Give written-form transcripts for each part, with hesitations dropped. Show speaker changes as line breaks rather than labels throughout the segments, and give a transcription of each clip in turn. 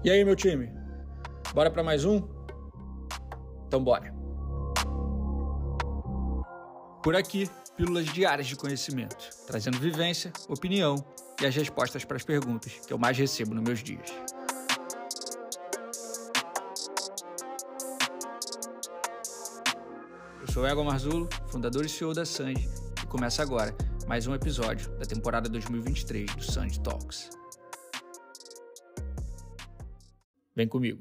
E aí, meu time? Bora para mais um? Então bora. Por aqui, pílulas diárias de conhecimento, trazendo vivência, opinião e as respostas para as perguntas que eu mais recebo nos meus dias. Eu sou Egon Marzulo, fundador e CEO da Sanji, e começa agora mais um episódio da temporada 2023 do Sanji Talks. Vem comigo.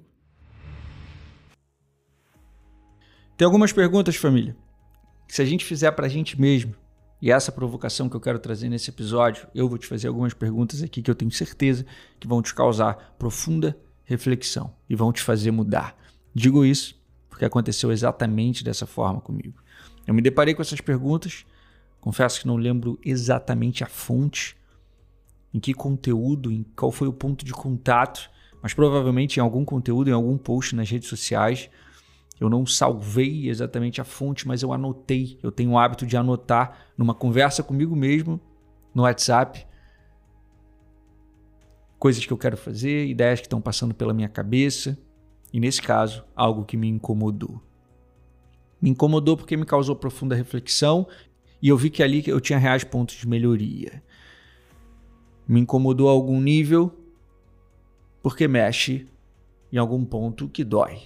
Tem algumas perguntas, família, que se a gente fizer pra gente mesmo, e essa provocação que eu quero trazer nesse episódio, eu vou te fazer algumas perguntas aqui que eu tenho certeza que vão te causar profunda reflexão e vão te fazer mudar. Digo isso porque aconteceu exatamente dessa forma comigo. Eu me deparei com essas perguntas, confesso que não lembro exatamente a fonte, em que conteúdo, em qual foi o ponto de contato, mas provavelmente em algum conteúdo, em algum post nas redes sociais. Eu não salvei exatamente a fonte, mas eu anotei. Eu tenho o hábito de anotar numa conversa comigo mesmo, no WhatsApp, coisas que eu quero fazer, ideias que estão passando pela minha cabeça. E nesse caso, algo que me incomodou. Me incomodou porque me causou profunda reflexão e eu vi que ali eu tinha reais pontos de melhoria. Me incomodou a algum nível porque mexe em algum ponto que dói.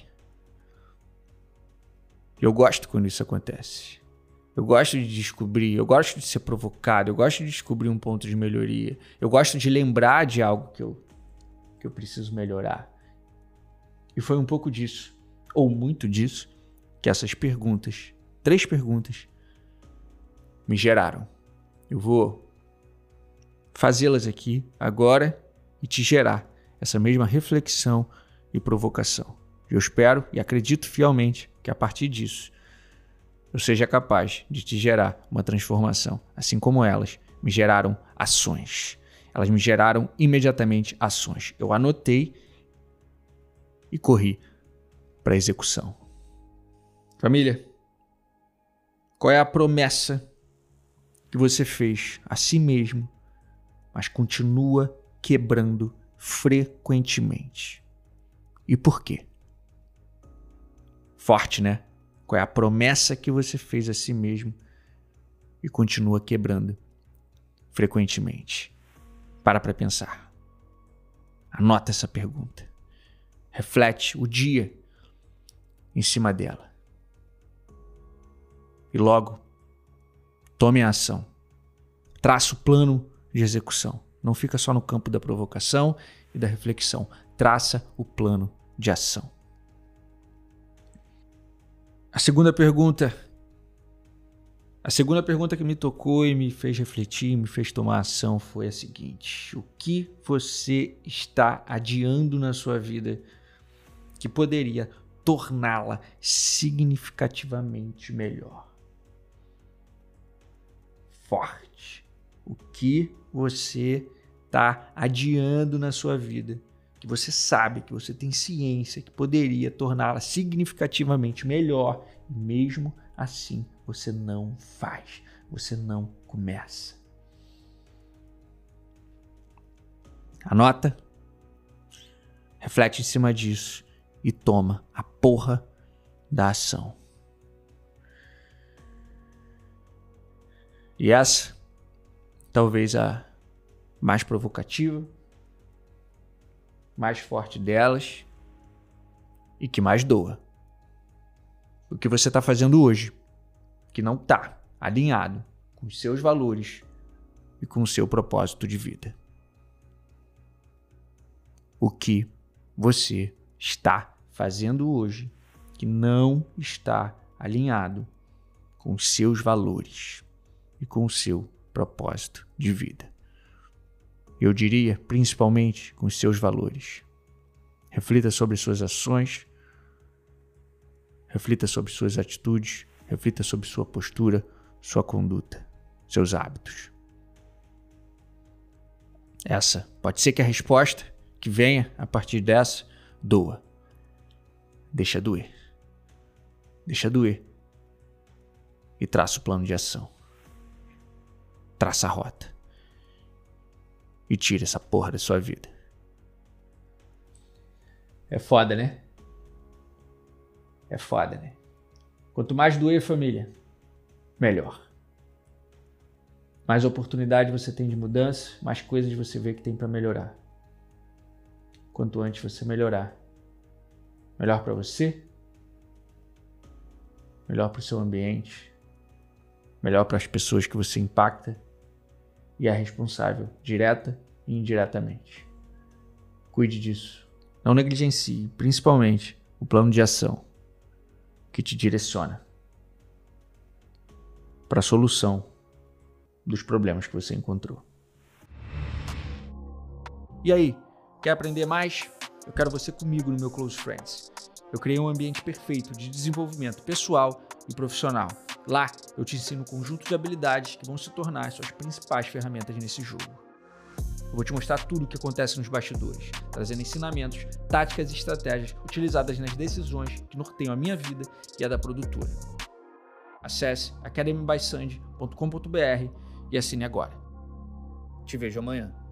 Eu gosto quando isso acontece. Eu gosto de descobrir, eu gosto de ser provocado, eu gosto de descobrir um ponto de melhoria. Eu gosto de lembrar de algo que eu preciso melhorar. E foi um pouco disso, ou muito disso, que essas perguntas, 3 perguntas, me geraram. Eu vou fazê-las aqui agora e te gerar essa mesma reflexão e provocação. Eu espero e acredito fielmente que a partir disso eu seja capaz de te gerar uma transformação, assim como elas me geraram ações. Elas me geraram imediatamente ações. Eu anotei e corri para a execução. Família, qual é a promessa que você fez a si mesmo, mas continua quebrando frequentemente? E por quê? Forte, né? Qual é a promessa que você fez a si mesmo e continua quebrando frequentemente? Para pensar. Anota essa pergunta. Reflete o dia em cima dela. E logo, tome a ação. Traça o plano de execução. Não fica só no campo da provocação e da reflexão. Traça o plano de ação. A segunda pergunta que me tocou e me fez refletir, me fez tomar ação foi a seguinte: o que você está adiando na sua vida que poderia torná-la significativamente melhor? Forte. O que você está adiando na sua vida que você sabe, que você tem ciência que poderia torná-la significativamente melhor e mesmo assim você não faz, você não começa. Anota, reflete em cima disso e toma a porra da ação. E essa, talvez a mais provocativa, mais forte delas e que mais doa. O que você está fazendo hoje, que não está alinhado com os seus valores e com o seu propósito de vida. O que você está fazendo hoje que não está alinhado com os seus valores e com o seu propósito de vida. Eu diria, principalmente, com os seus valores. Reflita sobre suas ações, reflita sobre suas atitudes, reflita sobre sua postura, sua conduta, seus hábitos. Essa pode ser que a resposta que venha a partir dessa doa. Deixa doer. Deixa doer. E traça o plano de ação. Traça a rota. E tira essa porra da sua vida. É foda, né? É foda, né? Quanto mais doer, família, melhor. Mais oportunidade você tem de mudança, mais coisas você vê que tem para melhorar. Quanto antes você melhorar, melhor para você, melhor para o seu ambiente, melhor para as pessoas que você impacta e é responsável, direta e indiretamente. Cuide disso. Não negligencie, principalmente, o plano de ação que te direciona para a solução dos problemas que você encontrou. E aí, quer aprender mais? Eu quero você comigo no meu Close Friends. Eu criei um ambiente perfeito de desenvolvimento pessoal e profissional. Lá, eu te ensino um conjunto de habilidades que vão se tornar suas principais ferramentas nesse jogo. Eu vou te mostrar tudo o que acontece nos bastidores, trazendo ensinamentos, táticas e estratégias utilizadas nas decisões que norteiam a minha vida e a da produtora. Acesse academybysand.com.br e assine agora. Te vejo amanhã.